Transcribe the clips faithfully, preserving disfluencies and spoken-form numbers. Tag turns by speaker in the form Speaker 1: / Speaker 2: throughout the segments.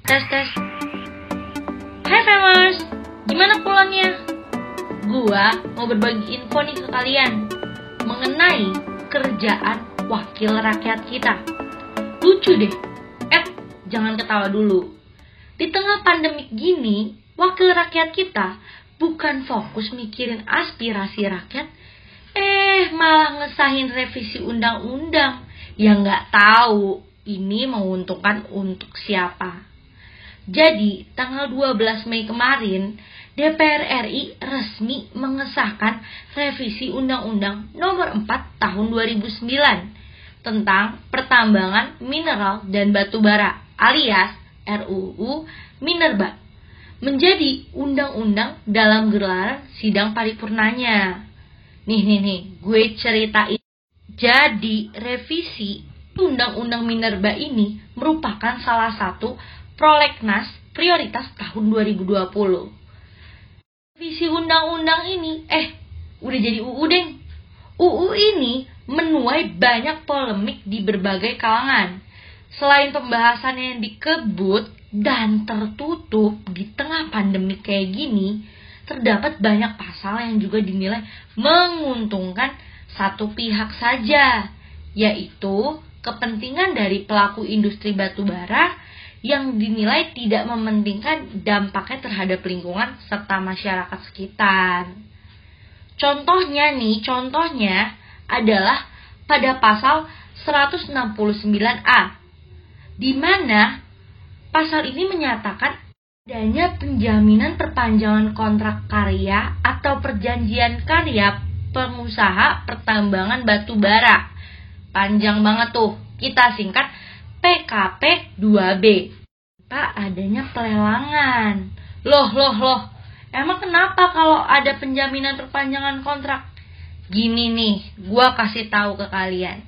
Speaker 1: Tes tes. Hai Famers, gimana pulangnya? Gua mau berbagi info nih ke kalian mengenai kerjaan wakil rakyat kita. Lucu deh. Eh, jangan ketawa dulu. Di tengah pandemik gini, wakil rakyat kita bukan fokus mikirin aspirasi rakyat, eh malah ngesahin revisi undang-undang yang nggak tahu ini menguntungkan untuk siapa. Jadi, tanggal dua belas Mei kemarin, D P R R I resmi mengesahkan revisi Undang-Undang Nomor empat Tahun dua ribu sembilan tentang pertambangan mineral dan batu bara alias R U U Minerba menjadi undang-undang dalam gelaran sidang paripurnanya. Nih nih nih, gue ceritain. Jadi, revisi Undang-Undang Minerba ini merupakan salah satu prolegnas prioritas tahun dua ribu dua puluh. Revisi undang-undang ini, eh, udah jadi U U deng. U U ini menuai banyak polemik di berbagai kalangan. Selain pembahasannya yang dikebut dan tertutup di tengah pandemi kayak gini, terdapat banyak pasal yang juga dinilai menguntungkan satu pihak saja, yaitu kepentingan dari pelaku industri batubara yang dinilai tidak mementingkan dampaknya terhadap lingkungan serta masyarakat sekitar. Contohnya nih, contohnya adalah pada pasal seratus enam puluh sembilan A, di mana pasal ini menyatakan adanya penjaminan perpanjangan kontrak karya atau perjanjian karya pengusaha pertambangan batu bara. Panjang banget tuh, kita singkat P K P dua B. Pak, adanya pelelangan. Loh, loh, loh. Emang kenapa kalau ada penjaminan perpanjangan kontrak? Gini nih, gua kasih tahu ke kalian.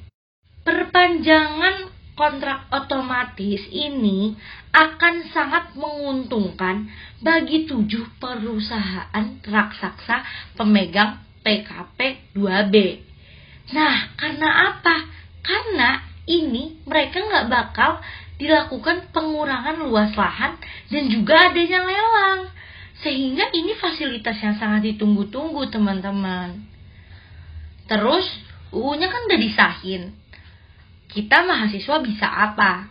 Speaker 1: Perpanjangan kontrak otomatis ini akan sangat menguntungkan bagi tujuh perusahaan raksasa pemegang P K P dua B. Nah, karena apa? Karena ini mereka nggak bakal dilakukan pengurangan luas lahan dan juga adanya lelang. Sehingga ini fasilitas yang sangat ditunggu-tunggu teman-teman. Terus U U-nya kan udah disahin. Kita mahasiswa bisa apa?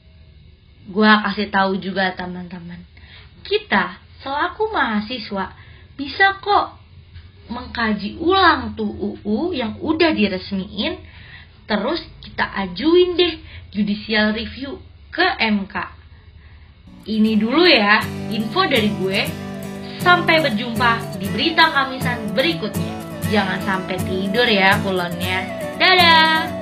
Speaker 1: Gua kasih tahu juga teman-teman. Kita selaku mahasiswa bisa kok mengkaji ulang tuh U U yang udah diresmiin. Terus kita ajuin deh judicial review ke M K. Ini dulu ya info dari gue. Sampai berjumpa di berita Kamisan berikutnya. Jangan sampai tidur ya kulonnya. Dadah.